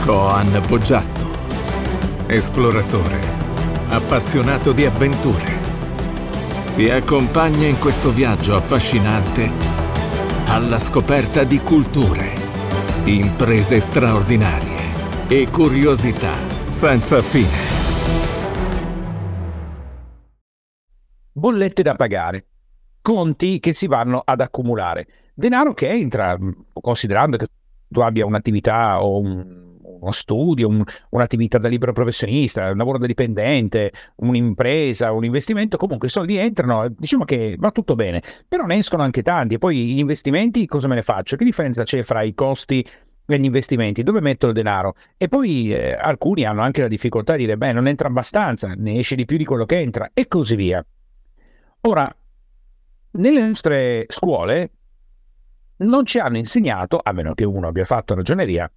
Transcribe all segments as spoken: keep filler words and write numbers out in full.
Coan Boggiatto, esploratore, appassionato di avventure, ti accompagna in questo viaggio affascinante alla scoperta di culture, imprese straordinarie e curiosità senza fine. Bollette da pagare, conti che si vanno ad accumulare, denaro che entra, considerando che tu abbia un'attività o un, uno studio, un, un'attività da libero professionista, un lavoro da dipendente, un'impresa, un investimento, comunque i soldi entrano, diciamo che va tutto bene, però ne escono anche tanti. E poi gli investimenti cosa me ne faccio? Che differenza c'è fra i costi e gli investimenti? Dove metto il denaro? E poi eh, alcuni hanno anche la difficoltà di dire, beh, non entra abbastanza, ne esce di più di quello che entra, e così via. Ora, nelle nostre scuole non ci hanno insegnato, a meno che uno abbia fatto ragioneria,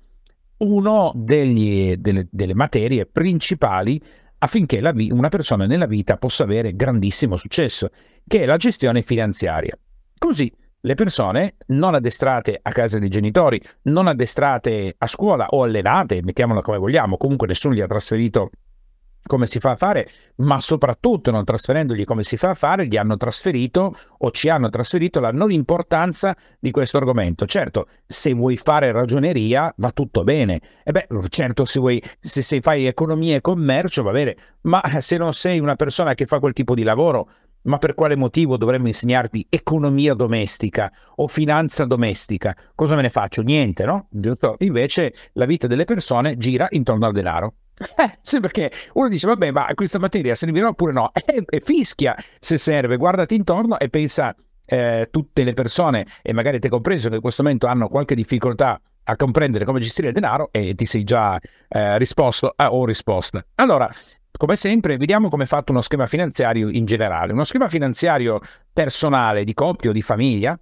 uno degli, delle, delle materie principali affinché la, una persona nella vita possa avere grandissimo successo, che è la gestione finanziaria. Così le persone non addestrate a casa dei genitori, non addestrate a scuola o allenate, mettiamola come vogliamo, comunque nessuno gli ha trasferito come si fa a fare, ma soprattutto non trasferendogli come si fa a fare, gli hanno trasferito o ci hanno trasferito la non importanza di questo argomento. Certo, se vuoi fare ragioneria va tutto bene, e beh, certo, se vuoi, se, se fai economia e commercio va bene, ma se non sei una persona che fa quel tipo di lavoro, ma per quale motivo dovremmo insegnarti economia domestica o finanza domestica? Cosa me ne faccio? Niente, no? Invece la vita delle persone gira intorno al denaro. Eh, sì, perché uno dice, vabbè, ma questa materia servirà oppure no? Eh, eh, fischia se serve, guardati intorno e pensa eh, tutte le persone, e magari te compreso, che in questo momento hanno qualche difficoltà a comprendere come gestire il denaro, e ti sei già eh, risposto a, o risposta. Allora, come sempre, vediamo come è fatto uno schema finanziario in generale. Uno schema finanziario personale, di coppia o di famiglia,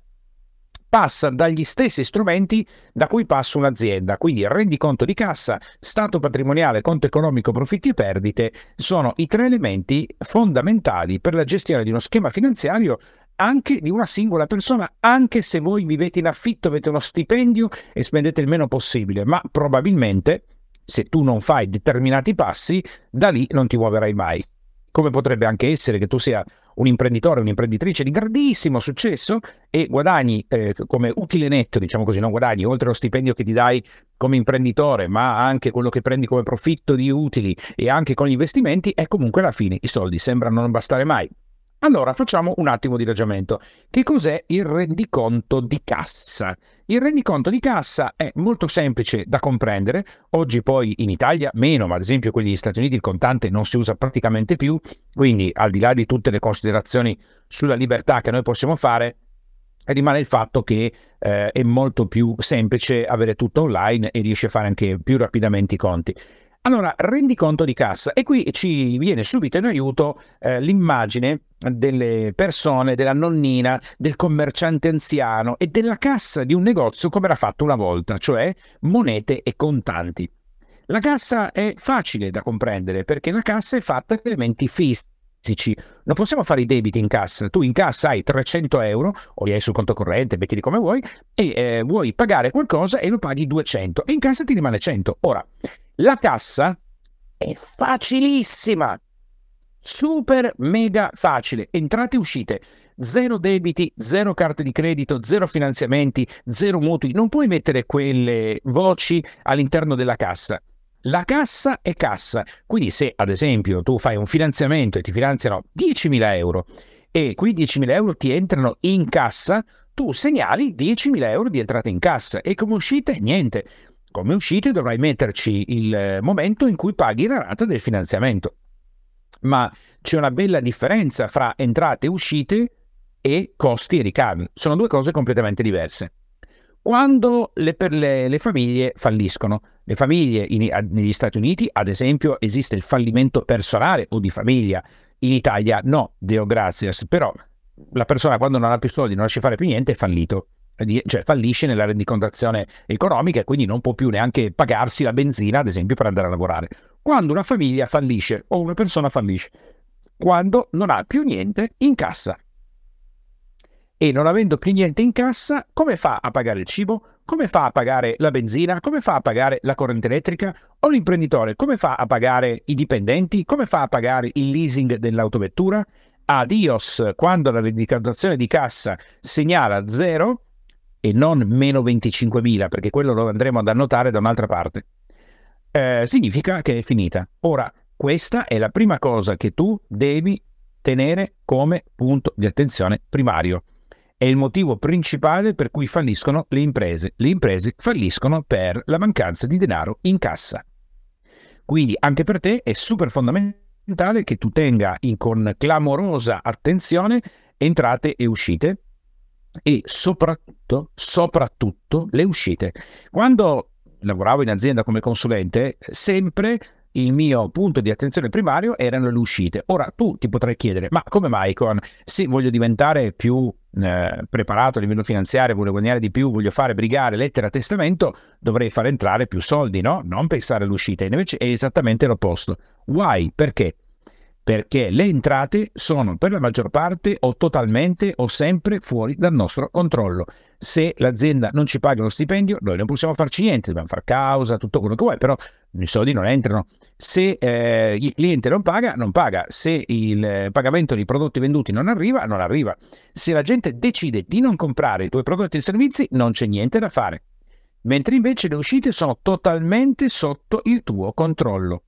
passa dagli stessi strumenti da cui passa un'azienda, quindi rendiconto di cassa, stato patrimoniale, conto economico, profitti e perdite sono i tre elementi fondamentali per la gestione di uno schema finanziario anche di una singola persona, anche se voi vivete in affitto, avete uno stipendio e spendete il meno possibile, ma probabilmente se tu non fai determinati passi, da lì non ti muoverai mai. Come potrebbe anche essere che tu sia un imprenditore, un'imprenditrice di grandissimo successo e guadagni eh, come utile netto, diciamo così, non guadagni oltre lo stipendio che ti dai come imprenditore, ma anche quello che prendi come profitto di utili e anche con gli investimenti, e comunque alla fine i soldi sembrano non bastare mai. Allora facciamo un attimo di ragionamento. Che cos'è il rendiconto di cassa? Il rendiconto di cassa è molto semplice da comprendere. Oggi poi in Italia meno, ma ad esempio quelli degli Stati Uniti il contante non si usa praticamente più, quindi al di là di tutte le considerazioni sulla libertà che noi possiamo fare, rimane il fatto che eh, è molto più semplice avere tutto online e riesci a fare anche più rapidamente i conti. Allora, rendiconto di cassa, e qui ci viene subito in aiuto eh, l'immagine delle persone, della nonnina, del commerciante anziano e della cassa di un negozio come era fatto una volta, cioè monete e contanti. La cassa è facile da comprendere perché la cassa è fatta di elementi fisici. Non possiamo fare i debiti in cassa. Tu in cassa hai trecento euro, o li hai sul conto corrente, mettili come vuoi, e eh, vuoi pagare qualcosa e lo paghi duecento, e in cassa ti rimane cento. Ora, la cassa è facilissima, super mega facile, entrate e uscite, zero debiti, zero carte di credito, zero finanziamenti, zero mutui, non puoi mettere quelle voci all'interno della cassa. La cassa è cassa, quindi se ad esempio tu fai un finanziamento e ti finanziano diecimila euro e quei diecimila euro ti entrano in cassa, tu segnali diecimila euro di entrata in cassa, e come uscite niente. Come uscite dovrai metterci il momento in cui paghi la rata del finanziamento. Ma c'è una bella differenza fra entrate e uscite e costi e ricavi. Sono due cose completamente diverse. Quando le, per le, le famiglie falliscono, le famiglie in, negli Stati Uniti, ad esempio, esiste il fallimento personale o di famiglia. In Italia no, Deo gratias, però la persona quando non ha più soldi, non riesce a fare più niente, è fallito. Cioè fallisce nella rendicontazione economica e quindi non può più neanche pagarsi la benzina, ad esempio, per andare a lavorare. Quando una famiglia fallisce o una persona fallisce, quando non ha più niente in cassa. e non avendo più niente in cassa, come fa a pagare il cibo? Come fa a pagare la benzina? Come fa a pagare la corrente elettrica? O l'imprenditore come fa a pagare i dipendenti? Come fa a pagare il leasing dell'autovettura? Adios, quando la rendicontazione di cassa segnala zero e non meno venticinquemila, perché quello lo andremo ad annotare da un'altra parte, eh, significa che è finita. Ora, questa è la prima cosa che tu devi tenere come punto di attenzione primario. È il motivo principale per cui falliscono le imprese. Le imprese falliscono per la mancanza di denaro in cassa. Quindi anche per te è super fondamentale che tu tenga in con clamorosa attenzione entrate e uscite e soprattutto, soprattutto le uscite. Quando lavoravo in azienda come consulente, sempre il mio punto di attenzione primario erano le uscite. Ora tu ti potrai chiedere, ma come mai, Con? Se voglio diventare più eh, preparato a livello finanziario, voglio guadagnare di più, voglio fare brigare, lettera, testamento, dovrei far entrare più soldi, no? Non pensare all'uscita. Invece è esattamente l'opposto. Why? Perché? Perché le entrate sono per la maggior parte o totalmente o sempre fuori dal nostro controllo. Se l'azienda non ci paga lo stipendio, noi non possiamo farci niente, dobbiamo far causa, tutto quello che vuoi, però i soldi non entrano. Se eh, il cliente non paga, non paga. Se il pagamento dei prodotti venduti non arriva, non arriva. Se la gente decide di non comprare i tuoi prodotti e servizi, non c'è niente da fare. Mentre invece le uscite sono totalmente sotto il tuo controllo.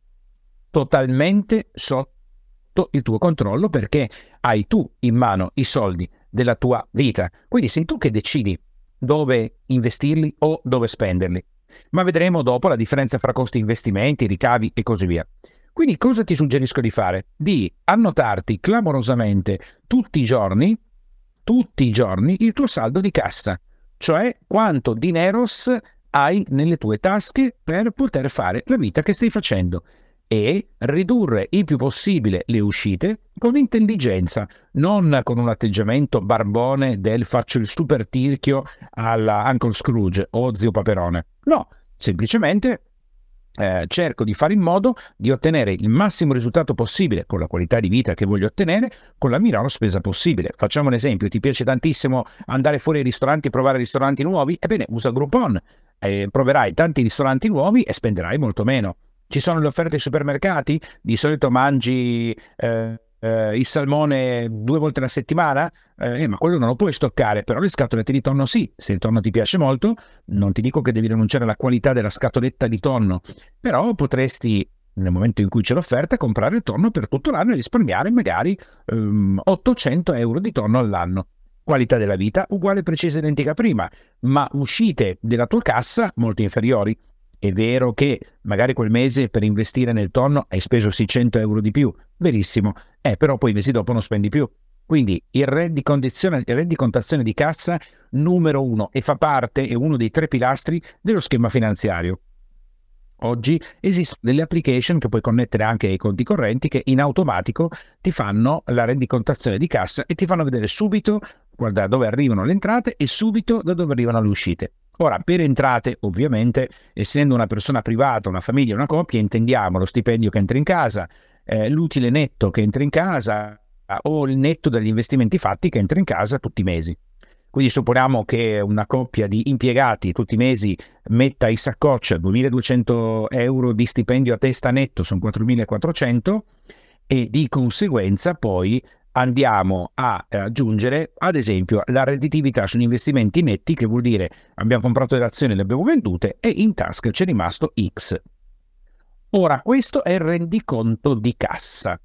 Totalmente sotto il tuo controllo, perché hai tu in mano i soldi della tua vita, quindi sei tu che decidi dove investirli o dove spenderli. Ma vedremo dopo la differenza fra costi investimenti, ricavi e così via. Quindi cosa ti suggerisco di fare? Di annotarti clamorosamente tutti i giorni, tutti i giorni il tuo saldo di cassa, cioè quanto dineros hai nelle tue tasche per poter fare la vita che stai facendo, e ridurre il più possibile le uscite con intelligenza, non con un atteggiamento barbone del faccio il super tirchio alla Uncle Scrooge o Zio Paperone. No, semplicemente eh, cerco di fare in modo di ottenere il massimo risultato possibile con la qualità di vita che voglio ottenere, con la minor spesa possibile. Facciamo un esempio: ti piace tantissimo andare fuori ai ristoranti, provare ristoranti nuovi? Ebbene, usa Groupon, eh, proverai tanti ristoranti nuovi e spenderai molto meno. Ci sono le offerte ai supermercati? Di solito mangi eh, eh, il salmone due volte alla settimana? Eh, ma quello non lo puoi stoccare, però le scatolette di tonno sì. Se il tonno ti piace molto, non ti dico che devi rinunciare alla qualità della scatoletta di tonno, però potresti, nel momento in cui c'è l'offerta, comprare il tonno per tutto l'anno e risparmiare magari um, ottocento euro di tonno all'anno. Qualità della vita uguale, precisa, identica prima, ma uscite della tua cassa molto inferiori. È vero che magari quel mese per investire nel tonno hai speso seicento euro di più, verissimo, eh, però poi i mesi dopo non spendi più. Quindi il rendicontazione, il rendicontazione di cassa numero uno, e fa parte, è uno dei tre pilastri dello schema finanziario. Oggi esistono delle application che puoi connettere anche ai conti correnti che in automatico ti fanno la rendicontazione di cassa e ti fanno vedere subito da dove arrivano le entrate e subito da dove arrivano le uscite. Ora, per entrate, ovviamente, essendo una persona privata, una famiglia, una coppia, intendiamo lo stipendio che entra in casa, eh, l'utile netto che entra in casa o il netto degli investimenti fatti che entra in casa tutti i mesi. Quindi supponiamo che una coppia di impiegati tutti i mesi metta in saccoccia duemiladuecento euro di stipendio a testa netto, sono quattromilaquattrocento, e di conseguenza poi andiamo a aggiungere, ad esempio, la redditività sugli investimenti netti, che vuol dire abbiamo comprato delle azioni, le abbiamo vendute e in tasca c'è rimasto X. Ora, questo è il rendiconto di cassa.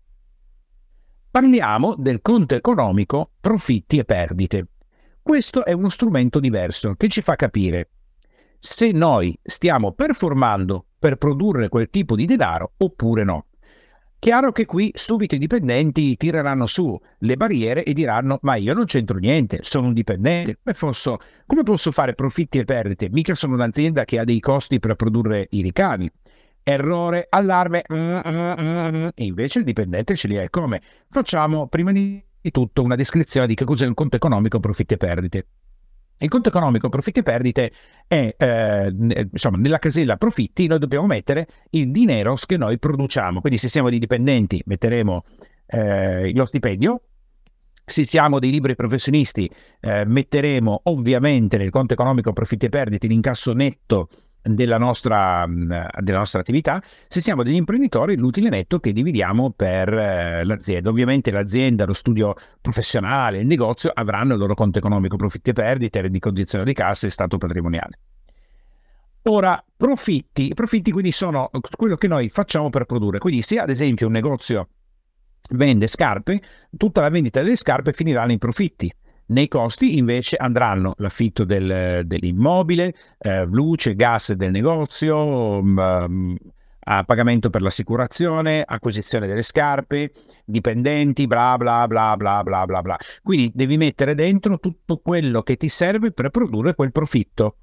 Parliamo del conto economico profitti e perdite. Questo è uno strumento diverso che ci fa capire se noi stiamo performando per produrre quel tipo di denaro oppure no. Chiaro che qui subito i dipendenti tireranno su le barriere e diranno: ma io non c'entro niente, sono un dipendente, come posso, come posso fare profitti e perdite? Mica sono un'azienda che ha dei costi per produrre i ricavi. Errore, allarme, mm, mm, mm. E invece il dipendente ce li ha. Come? Facciamo prima di tutto una descrizione di che cos'è un conto economico profitti e perdite. Il conto economico profitti e perdite è, eh, insomma, nella casella profitti noi dobbiamo mettere il dinero che noi produciamo. Quindi se siamo dei dipendenti metteremo eh, lo stipendio, Se siamo dei liberi professionisti, eh, metteremo ovviamente nel conto economico profitti e perdite l'incasso netto della nostra, della nostra attività. Se siamo degli imprenditori, l'utile netto che dividiamo per eh, l'azienda. Ovviamente l'azienda, lo studio professionale, il negozio avranno il loro conto economico profitti e perdite, rendicontazione di cassa e stato patrimoniale. Ora, profitti. I profitti quindi sono quello che noi facciamo per produrre. Quindi se ad esempio un negozio vende scarpe, tutta la vendita delle scarpe finirà nei profitti. Nei costi invece andranno l'affitto del, dell'immobile, eh, luce, gas del negozio, um, a pagamento per l'assicurazione, acquisizione delle scarpe, dipendenti, bla bla bla bla bla bla bla. Quindi devi mettere dentro tutto quello che ti serve per produrre quel profitto.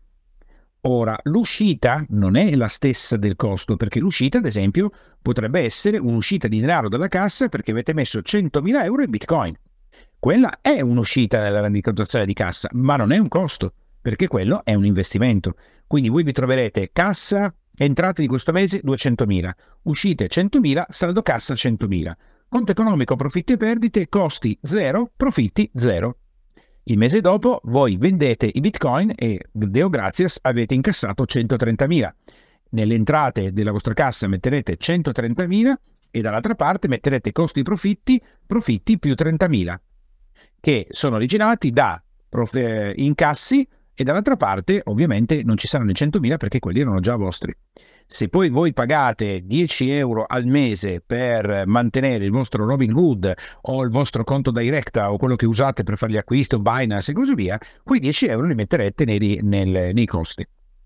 Ora, l'uscita non è la stessa del costo, perché l'uscita, ad esempio, potrebbe essere un'uscita di denaro dalla cassa perché avete messo centomila euro in Bitcoin. Quella è un'uscita nella rendicontazione di cassa, ma non è un costo, perché quello è un investimento. Quindi voi vi troverete cassa, entrate di questo mese duecentomila, uscite centomila, saldo cassa centomila. Conto economico, profitti e perdite, costi zero, profitti zero. Il mese dopo voi vendete i Bitcoin e, Deo gratias, avete incassato centotrentamila. Nelle entrate della vostra cassa metterete centotrentamila e dall'altra parte metterete costi profitti, profitti più trentamila, che sono originati da prof- eh, incassi, e dall'altra parte ovviamente non ci saranno i centomila perché quelli erano già vostri. Se poi voi pagate dieci euro al mese per mantenere il vostro Robinhood o il vostro conto Directa o quello che usate per fare gli acquisti o Binance e così via, quei dieci euro li metterete nei, nel, nei costi.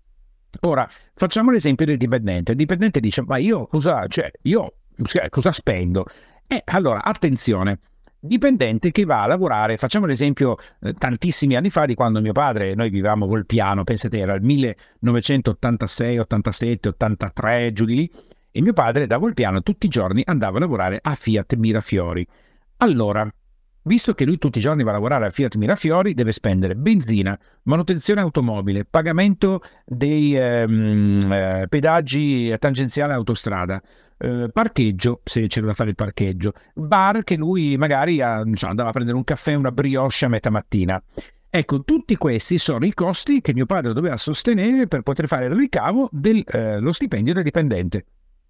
Ora, facciamo l'esempio del dipendente. Il dipendente dice, ma io cosa, cioè, io cosa spendo? E allora, attenzione, dipendente che va a lavorare, facciamo l'esempio eh, tantissimi anni fa di quando mio padre, noi vivevamo col piano, pensate era il millenovecentottantasei, ottantasette, ottantatré, giù di lì, e mio padre da Volpiano tutti i giorni andava a lavorare a Fiat Mirafiori. Allora, visto che lui tutti i giorni va a lavorare a Fiat Mirafiori, deve spendere benzina, manutenzione automobile, pagamento dei ehm, eh, pedaggi tangenziali autostrada, eh, parcheggio, se c'era da fare il parcheggio, bar che lui magari ha, cioè, andava a prendere un caffè, una brioche a metà mattina. Ecco, tutti questi sono i costi che mio padre doveva sostenere per poter fare il ricavo dello eh, stipendio del dipendente.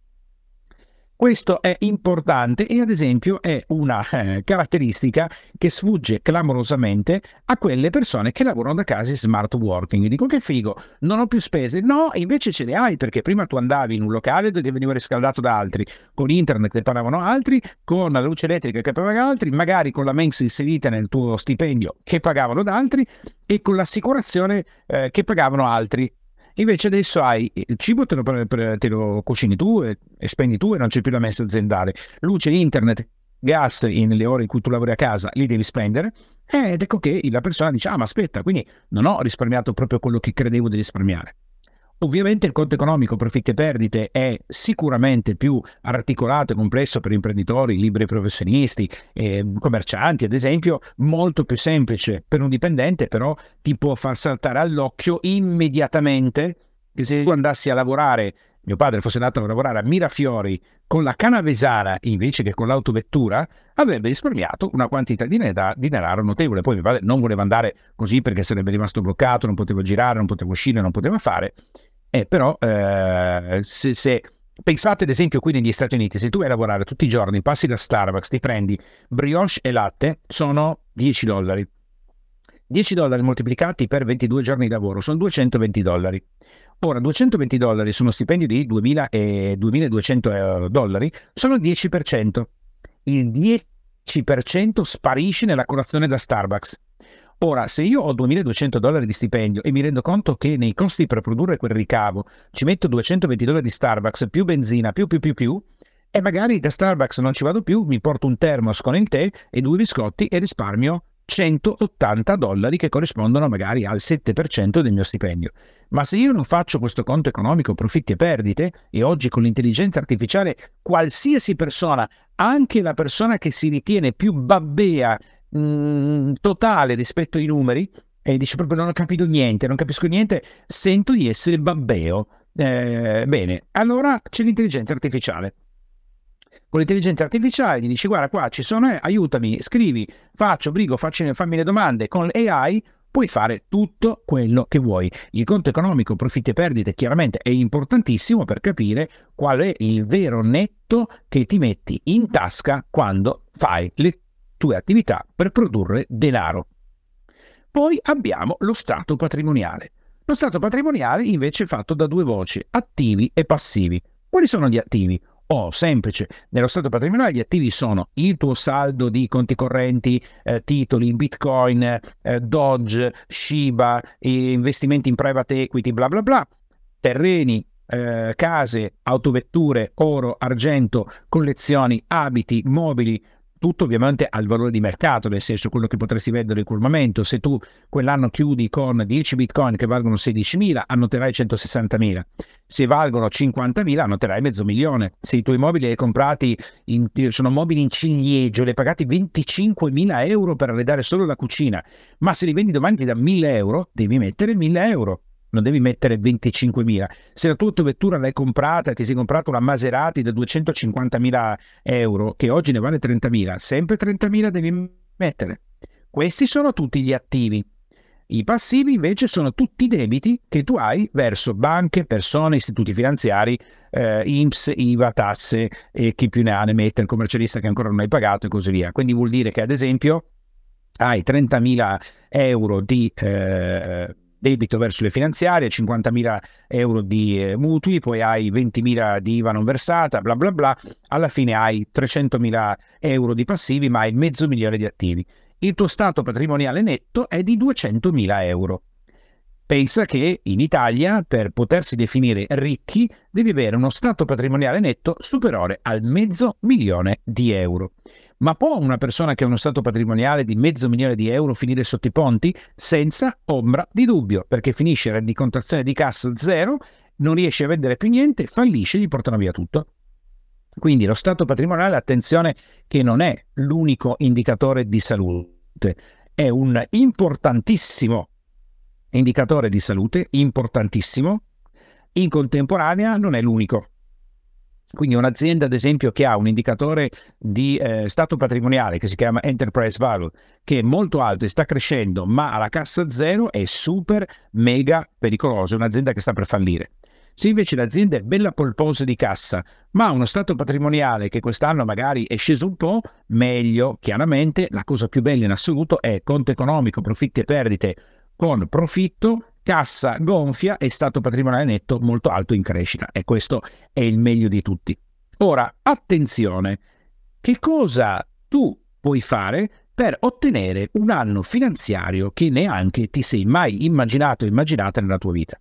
Questo è importante e ad esempio è una eh, caratteristica che sfugge clamorosamente a quelle persone che lavorano da casa in smart working. Dico che figo, non ho più spese. No, invece ce le hai, perché prima tu andavi in un locale dove veniva riscaldato da altri, con internet che pagavano altri, con la luce elettrica che pagavano altri, magari con la mensa inserita nel tuo stipendio che pagavano da altri e con l'assicurazione eh, che pagavano altri. Invece adesso hai il cibo, te lo, te lo cucini tu e, e spendi tu e non c'è più la mensa aziendale. Luce, internet, gas nelle ore in cui tu lavori a casa, li devi spendere. Ed ecco che la persona dice, ah ma aspetta, quindi non ho risparmiato proprio quello che credevo di risparmiare. Ovviamente il conto economico profitti e perdite è sicuramente più articolato e complesso per imprenditori, liberi professionisti, eh, commercianti ad esempio, molto più semplice per un dipendente, però ti può far saltare all'occhio immediatamente che se tu andassi a lavorare, mio padre fosse andato a lavorare a Mirafiori con la canavesana invece che con l'autovettura, avrebbe risparmiato una quantità di denaro notevole. Poi mio padre non voleva andare così perché sarebbe rimasto bloccato, non poteva girare, non poteva uscire, non poteva fare. Eh, però eh, se, se pensate ad esempio qui negli Stati Uniti, se tu vai a lavorare tutti i giorni, passi da Starbucks, ti prendi brioche e latte, sono dieci dollari. dieci dollari moltiplicati per ventidue giorni di lavoro sono duecentoventi dollari. Ora, duecentoventi dollari su uno stipendio di duemila e duemiladuecento dollari sono il dieci per cento. Il dieci per cento sparisce nella colazione da Starbucks. Ora, se io ho duemiladuecento dollari di stipendio e mi rendo conto che nei costi per produrre quel ricavo ci metto duecentoventi dollari di Starbucks più benzina, più più più più, e magari da Starbucks non ci vado più, mi porto un termos con il tè e due biscotti e risparmio centottanta dollari che corrispondono magari al sette per cento del mio stipendio. Ma se io non faccio questo conto economico profitti e perdite, e oggi con l'intelligenza artificiale qualsiasi persona, anche la persona che si ritiene più babbea mh, totale rispetto ai numeri, e dice proprio non ho capito niente, non capisco niente, sento di essere babbeo. Eh, bene, allora c'è l'intelligenza artificiale. Con l'intelligenza artificiale gli dici guarda qua ci sono, eh, aiutami, scrivi, faccio, brigo, faccio, fammi le domande. Con l'A I puoi fare tutto quello che vuoi. Il conto economico, profitti e perdite, chiaramente è importantissimo per capire qual è il vero netto che ti metti in tasca quando fai le tue attività per produrre denaro. Poi abbiamo lo stato patrimoniale. Lo stato patrimoniale invece è fatto da due voci, attivi e passivi. Quali sono gli attivi? Oh, semplice, nello stato patrimoniale gli attivi sono il tuo saldo di conti correnti, eh, titoli, bitcoin, eh, Doge, Shiba, eh, investimenti in private equity, bla bla bla, terreni, eh, case, autovetture, oro, argento, collezioni, abiti, mobili, tutto ovviamente al valore di mercato, nel senso quello che potresti vendere in quel momento. Se tu quell'anno chiudi con dieci bitcoin che valgono sedicimila, annoterai centosessantamila. Se valgono cinquantamila, annoterai mezzo milione. Se i tuoi mobili li hai comprati, in, sono mobili in ciliegio, li hai pagati venticinquemila euro per arredare solo la cucina, ma se li vendi domani ti da mille euro, devi mettere mille euro. Non devi mettere venticinquemila. Se la tua autovettura l'hai comprata e ti sei comprato una Maserati da duecentocinquantamila euro, che oggi ne vale trentamila, sempre trentamila devi mettere. Questi sono tutti gli attivi. I passivi invece sono tutti i debiti che tu hai verso banche, persone, istituti finanziari, eh, I N P S, I V A, tasse e chi più ne ha ne mette, il commercialista che ancora non hai pagato e così via. Quindi vuol dire che ad esempio hai trentamila euro di eh, debito verso le finanziarie, cinquantamila euro di eh, mutui, poi hai ventimila di I V A non versata, bla bla bla, alla fine hai trecentomila euro di passivi, ma hai mezzo milione di attivi. Il tuo stato patrimoniale netto è di duecentomila euro. Pensa che in Italia, per potersi definire ricchi, devi avere uno stato patrimoniale netto superiore al mezzo milione di euro. Ma può una persona che ha uno stato patrimoniale di mezzo milione di euro finire sotto i ponti? Senza ombra di dubbio, perché finisce la rendicontazione di cassa zero, non riesce a vendere più niente, fallisce e gli portano via tutto. Quindi lo stato patrimoniale, attenzione, che non è l'unico indicatore di salute, è un importantissimo indicatore di salute, importantissimo, in contemporanea non è l'unico. Quindi un'azienda, ad esempio, che ha un indicatore di eh, stato patrimoniale che si chiama Enterprise Value, che è molto alto e sta crescendo, ma alla cassa zero, è super mega pericolosa, è un'azienda che sta per fallire. Se invece l'azienda è bella polposa di cassa, ma ha uno stato patrimoniale che quest'anno magari è sceso un po', meglio, chiaramente, la cosa più bella in assoluto è conto economico, profitti e perdite con profitto, cassa gonfia e stato patrimoniale netto molto alto in crescita, e questo è il meglio di tutti. Ora, attenzione, che cosa tu puoi fare per ottenere un anno finanziario che neanche ti sei mai immaginato o immaginata nella tua vita?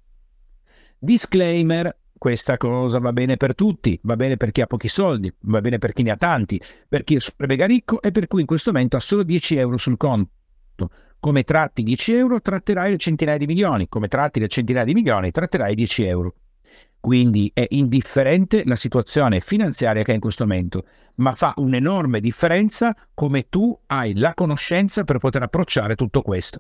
Disclaimer, questa cosa va bene per tutti, va bene per chi ha pochi soldi, va bene per chi ne ha tanti, per chi è super mega ricco e per cui in questo momento ha solo dieci euro sul conto. Come tratti dieci euro, tratterai le centinaia di milioni. Come tratti le centinaia di milioni, tratterai dieci euro. Quindi è indifferente la situazione finanziaria che hai in questo momento, ma fa un'enorme differenza come tu hai la conoscenza per poter approcciare tutto questo.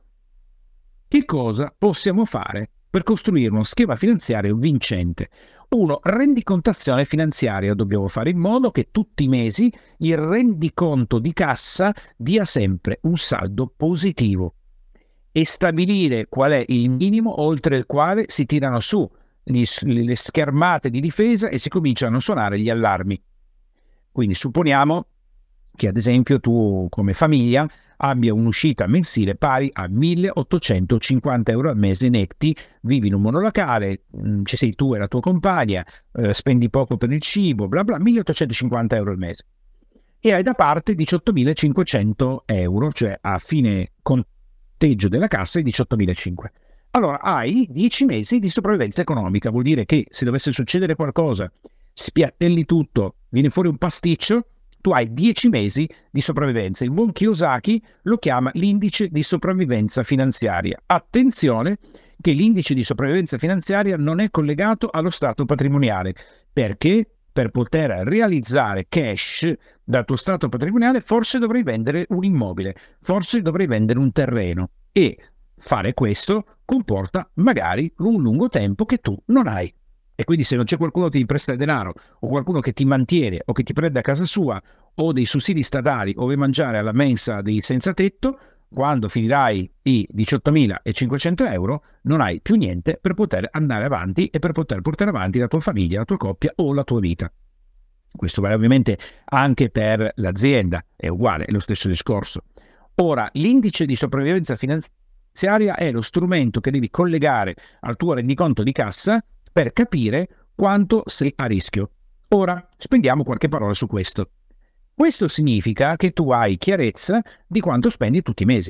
Che cosa possiamo fare per costruire uno schema finanziario vincente? Uno, rendicontazione finanziaria. Dobbiamo fare in modo che tutti i mesi il rendiconto di cassa dia sempre un saldo positivo e stabilire qual è il minimo oltre il quale si tirano su gli, le schermate di difesa e si cominciano a suonare gli allarmi. Quindi supponiamo che ad esempio tu come famiglia abbia un'uscita mensile pari a milleottocentocinquanta euro al mese netti, vivi in un monolocale, ci sei tu e la tua compagna, eh, spendi poco per il cibo, bla bla, milleottocentocinquanta euro al mese. E hai da parte diciottomilacinquecento euro, cioè a fine conteggio della cassa hai diciottomilacinquecento. Allora hai dieci mesi di sopravvivenza economica, vuol dire che se dovesse succedere qualcosa, spiattelli tutto, viene fuori un pasticcio, tu hai dieci mesi di sopravvivenza. Il buon Kiyosaki lo chiama l'indice di sopravvivenza finanziaria. Attenzione che l'indice di sopravvivenza finanziaria non è collegato allo stato patrimoniale, perché per poter realizzare cash dal tuo stato patrimoniale forse dovrai vendere un immobile, forse dovrai vendere un terreno, e fare questo comporta magari un lungo tempo che tu non hai. E quindi se non c'è qualcuno che ti presta il denaro, o qualcuno che ti mantiene, o che ti prende a casa sua, o dei sussidi statali, o vuoi mangiare alla mensa dei senza tetto, quando finirai i diciottomilacinquecento euro non hai più niente per poter andare avanti e per poter portare avanti la tua famiglia, la tua coppia o la tua vita. Questo vale ovviamente anche per l'azienda, è uguale, è lo stesso discorso. Ora, l'indice di sopravvivenza finanziaria è lo strumento che devi collegare al tuo rendiconto di cassa per capire quanto sei a rischio. Ora, spendiamo qualche parola su questo. Questo significa che tu hai chiarezza di quanto spendi tutti i mesi.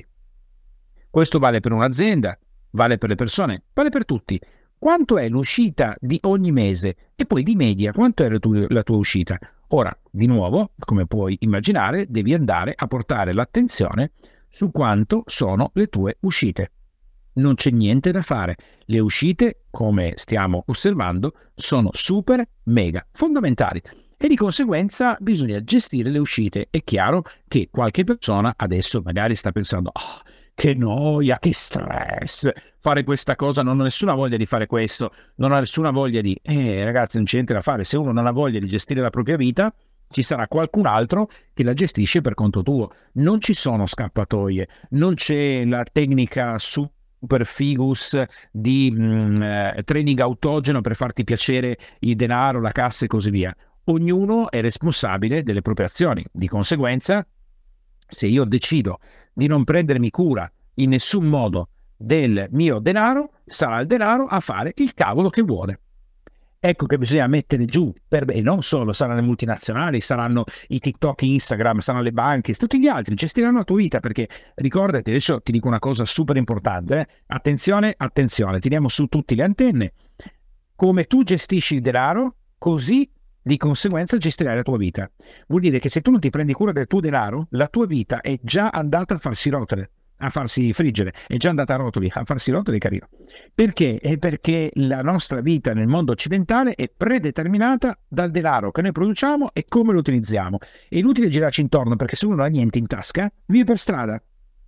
Questo vale per un'azienda, vale per le persone, vale per tutti. Quanto è l'uscita di ogni mese e poi di media quanto è la tua, la tua uscita? Ora, di nuovo, come puoi immaginare, devi andare a portare l'attenzione su quanto sono le tue uscite. Non c'è niente da fare. Le uscite, come stiamo osservando, sono super, mega fondamentali e di conseguenza bisogna gestire le uscite. È chiaro che qualche persona adesso magari sta pensando oh, che noia, che stress fare questa cosa, non ho nessuna voglia di fare questo, non ho nessuna voglia di... Eh ragazzi, non c'è niente da fare. Se uno non ha voglia di gestire la propria vita, ci sarà qualcun altro che la gestisce per conto tuo. Non ci sono scappatoie, non c'è la tecnica su super figus di mh, eh, training autogeno per farti piacere il denaro, la cassa e così via. Ognuno è responsabile delle proprie azioni. Di conseguenza, se io decido di non prendermi cura in nessun modo del mio denaro, sarà il denaro a fare il cavolo che vuole. Ecco che bisogna mettere giù, per, e non solo, saranno le multinazionali, saranno i TikTok, Instagram, saranno le banche, tutti gli altri gestiranno la tua vita, perché ricordati, adesso ti dico una cosa super importante, eh? attenzione, attenzione, tiriamo su tutte le antenne, come tu gestisci il denaro, così di conseguenza gestirai la tua vita. Vuol dire che se tu non ti prendi cura del tuo denaro, la tua vita è già andata a farsi rotolare, a farsi friggere, è già andata a rotoli, a farsi rotoli, carino. Perché? È perché la nostra vita nel mondo occidentale è predeterminata dal denaro che noi produciamo e come lo utilizziamo. È inutile girarci intorno, perché se uno non ha niente in tasca, vive per strada.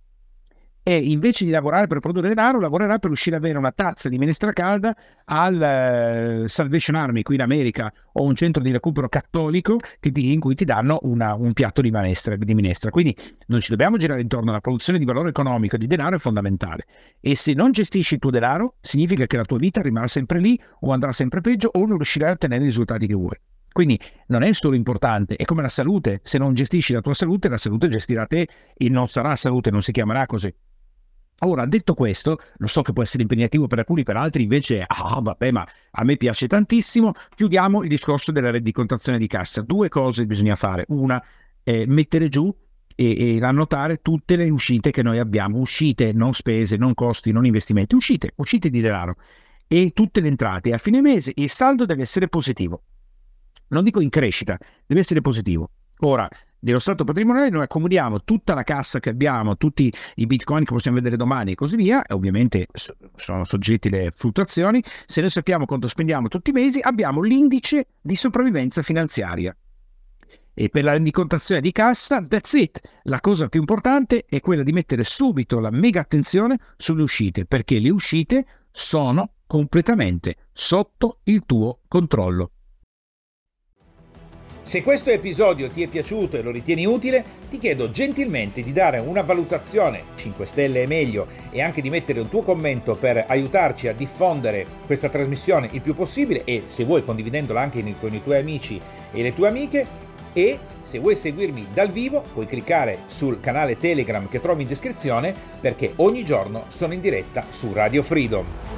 E invece di lavorare per produrre denaro, lavorerà per riuscire ad avere una tazza di minestra calda al uh, Salvation Army qui in America, o un centro di recupero cattolico che ti, in cui ti danno una, un piatto di minestra, di minestra. Quindi non ci dobbiamo girare intorno, alla produzione di valore economico e di denaro è fondamentale. E se non gestisci il tuo denaro, significa che la tua vita rimarrà sempre lì, o andrà sempre peggio, o non riuscirai a ottenere i risultati che vuoi. Quindi non è solo importante, è come la salute. Se non gestisci la tua salute, la salute gestirà te e non sarà salute, non si chiamerà così. Ora, detto questo, lo so che può essere impegnativo per alcuni, per altri invece, ah vabbè, ma a me piace tantissimo. Chiudiamo il discorso della rendicontazione di cassa. Due cose bisogna fare. Una, eh, mettere giù e, e annotare tutte le uscite che noi abbiamo. Uscite, non spese, non costi, non investimenti. Uscite, uscite di denaro. E tutte le entrate. A fine mese il saldo deve essere positivo. Non dico in crescita, deve essere positivo. Ora, dello stato patrimoniale noi accumuliamo tutta la cassa che abbiamo, tutti i bitcoin che possiamo vedere domani e così via, e ovviamente sono soggetti alle fluttuazioni. Se noi sappiamo quanto spendiamo tutti i mesi, abbiamo l'indice di sopravvivenza finanziaria. E per la rendicontazione di cassa, that's it. La cosa più importante è quella di mettere subito la mega attenzione sulle uscite, perché le uscite sono completamente sotto il tuo controllo. Se questo episodio ti è piaciuto e lo ritieni utile, ti chiedo gentilmente di dare una valutazione, cinque stelle è meglio, e anche di mettere un tuo commento per aiutarci a diffondere questa trasmissione il più possibile, e se vuoi condividendola anche con i tuoi amici e le tue amiche. E se vuoi seguirmi dal vivo puoi cliccare sul canale Telegram che trovi in descrizione, perché ogni giorno sono in diretta su Radio Freedom.